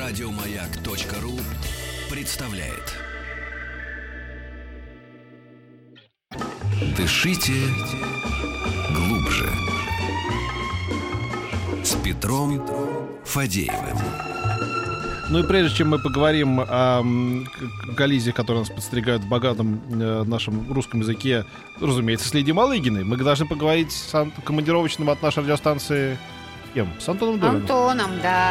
Радиомаяк.ру представляет. Дышите глубже. С Петром Фадеевым. Ну и прежде чем мы поговорим о коллизиях, которые нас подстерегают в богатом нашем русском языке, разумеется, с Лидией Малыгиной, мы должны поговорить с командировочным от нашей радиостанции с Антоном Долиным. Антоном, да.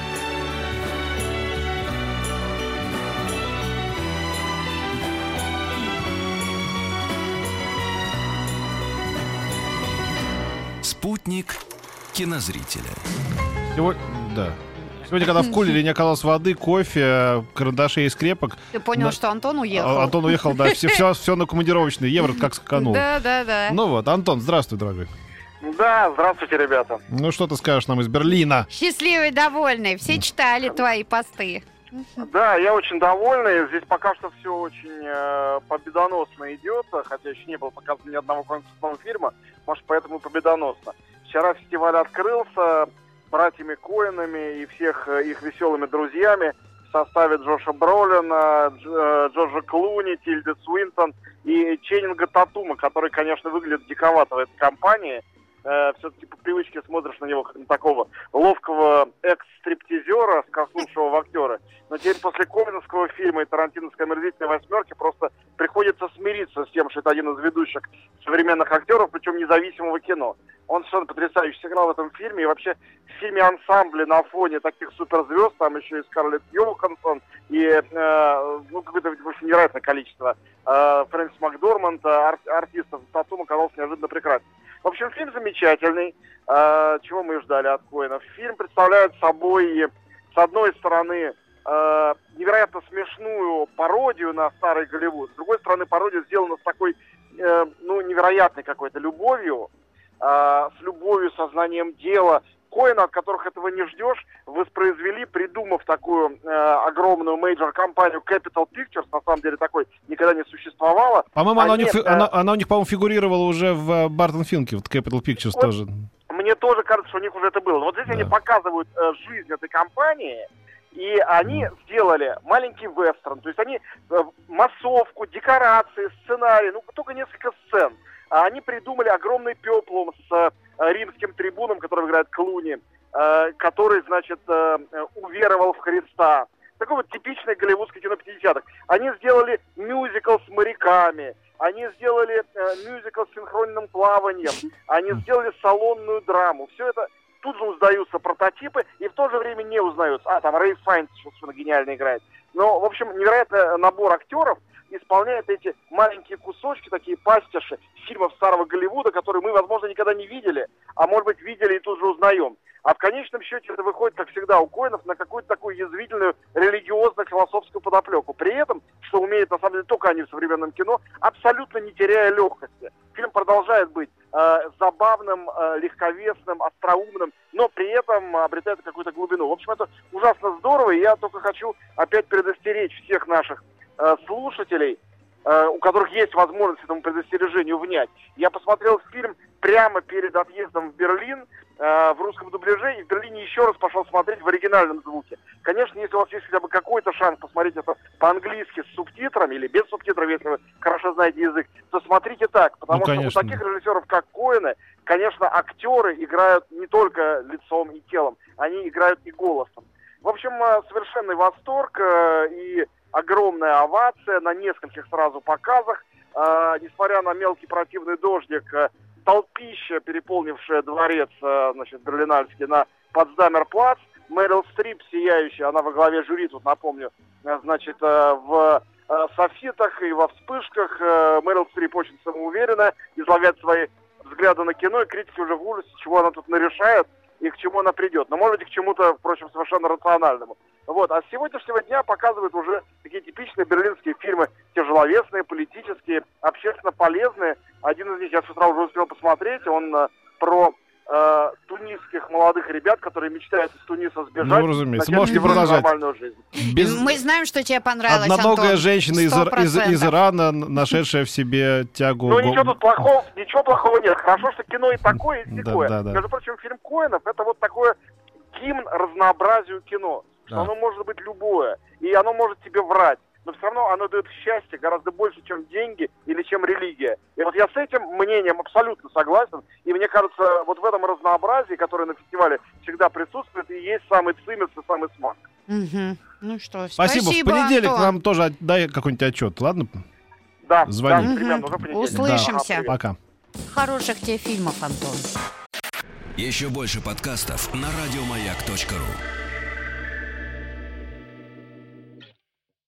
Спутник кинозрителя. Сегодня, когда в кулере не оказалось воды, кофе, карандашей и скрепок... Ты понял, что Антон уехал? Антон уехал, да. Все на командировочный. Евро как скаканул. Да. Ну вот, Антон, здравствуй, дорогой. Да, здравствуйте, ребята. Ну что ты скажешь нам из Берлина? Счастливый, довольный. Все читали твои посты. Да, я очень довольный. Здесь пока что все очень победоносно идет, хотя еще не было показано ни одного конкурсного фильма, может, поэтому победоносно. Вчера фестиваль открылся братьями Коэнами и всех их веселыми друзьями в составе Джоша Бролина, Джорджа Клуни, Тильды Свинтон и Ченнинга Татума, который, конечно, выглядит диковато в этой компании. Все-таки по привычке смотришь на него как на такого ловкого экс-стриптизера, скользнувшего в актеры. Но теперь после Коэновского фильма и тарантиновской «Омерзительной восьмерки» просто приходится смириться с тем, что это один из ведущих современных актеров, причем независимого кино. Он совершенно потрясающе сыграл в этом фильме. И вообще в фильме ансамбле на фоне таких суперзвезд, там еще и Скарлетт Йоханссон, и какое-то очень невероятное количество Фрэнсис Макдорманд, артистов. Татум оказался неожиданно прекрасен. В общем, фильм замечательный. Чего мы и ждали от Коэнов. Фильм представляет собой, с одной стороны, невероятно смешную пародию на старый Голливуд. С другой стороны, пародия сделана с такой, невероятной какой-то любовью, с любовью, сознанием дела. Коэны, от которых этого не ждешь, воспроизвели, придумав такую огромную мейджор-компанию Capital Pictures, на самом деле такой никогда не существовало. По-моему, она у них, по-моему, фигурировала уже в Бартон Финке, вот Capital Pictures вот, тоже. Мне тоже кажется, что у них уже это было. Но вот здесь они показывают жизнь этой компании, и они сделали маленький вестерн, то есть они массовку, декорации, сценарий, только несколько сцен. Они придумали огромный пеплум с римским трибуном, который играет Клуни, который, уверовал в Христа. Такое вот типичное голливудское кино 50-х. Они сделали мюзикл с моряками, они сделали мюзикл с синхронным плаванием, они сделали салонную драму. Все это тут же узнаются прототипы и в то же время не узнаются. Там Рэй Файнс совершенно гениально играет. Но, в общем, невероятный набор актеров исполняет эти маленькие кусочки, такие пастиши фильмов старого Голливуда, которые мы, возможно, никогда не видели, а может быть, видели и тут же узнаем. А в конечном счете это выходит, как всегда, у Коэнов на какую-то такую язвительную религиозно-философскую подоплеку. При этом, что умеют на самом деле только они в современном кино, абсолютно не теряя легкости. Фильм продолжает быть забавным, легковесным, остроумным, но при этом обретает какую-то глубину. В общем, это ужасно здорово, и я только хочу опять предостеречь всех наших слушателей, у которых есть возможность этому предостережению внять. Я посмотрел фильм прямо перед отъездом в Берлин в русском дубляже, и в Берлине еще раз пошел смотреть в оригинальном звуке. Конечно, если у вас есть хотя бы какой-то шанс посмотреть это по-английски с субтитрами или без субтитров, если вы хорошо знаете язык, то смотрите так, потому что у таких режиссеров, как Коэны, конечно, актеры играют не только лицом и телом, они играют и голосом. В общем, совершенный восторг и огромная овация на нескольких сразу показах. Несмотря на мелкий противный дождик, толпища, переполнившая дворец, берлинальский, на Потсдамер-плац. Мэрил Стрип, сияющая, она во главе жюри, тут напомню, в софитах и во вспышках. Мэрил Стрип очень самоуверенно излагает свои взгляды на кино, и критики уже в ужасе, чего она тут нарешает и к чему она придет. Но, может быть, к чему-то, впрочем, совершенно рациональному. А с сегодняшнего дня показывают уже такие типичные берлинские фильмы, тяжеловесные, политические, общественно полезные. Один из них я с утра уже успел посмотреть, он про тунисских молодых ребят, которые мечтают из Туниса сбежать. Разумеется, можете продолжать. Нормальную жизнь. Мы знаем, что тебе понравилось, Одноногая Антон. женщина из Ирана, нашедшая в себе тягу... ничего плохого нет. Хорошо, что кино и такое, и такое. Да. Между прочим, фильм Коэнов — это вот такое гимн разнообразию кино. что оно может быть любое, и оно может тебе врать. Но все равно оно дает счастье гораздо больше, чем деньги или чем религия. И вот я с этим мнением абсолютно согласен. И мне кажется, вот в этом разнообразии, которое на фестивале всегда присутствует, и есть самый цимис и самый смак. Угу. Ну что, Спасибо. В понедельник Антон. нам тоже дай какой-нибудь отчет, ладно? Да, Звони. да, примерно, уже в понедельник. Услышимся. Ага, Пока. Хороших тебе фильмов, Антон. Еще больше подкастов на радиомаяк.ру.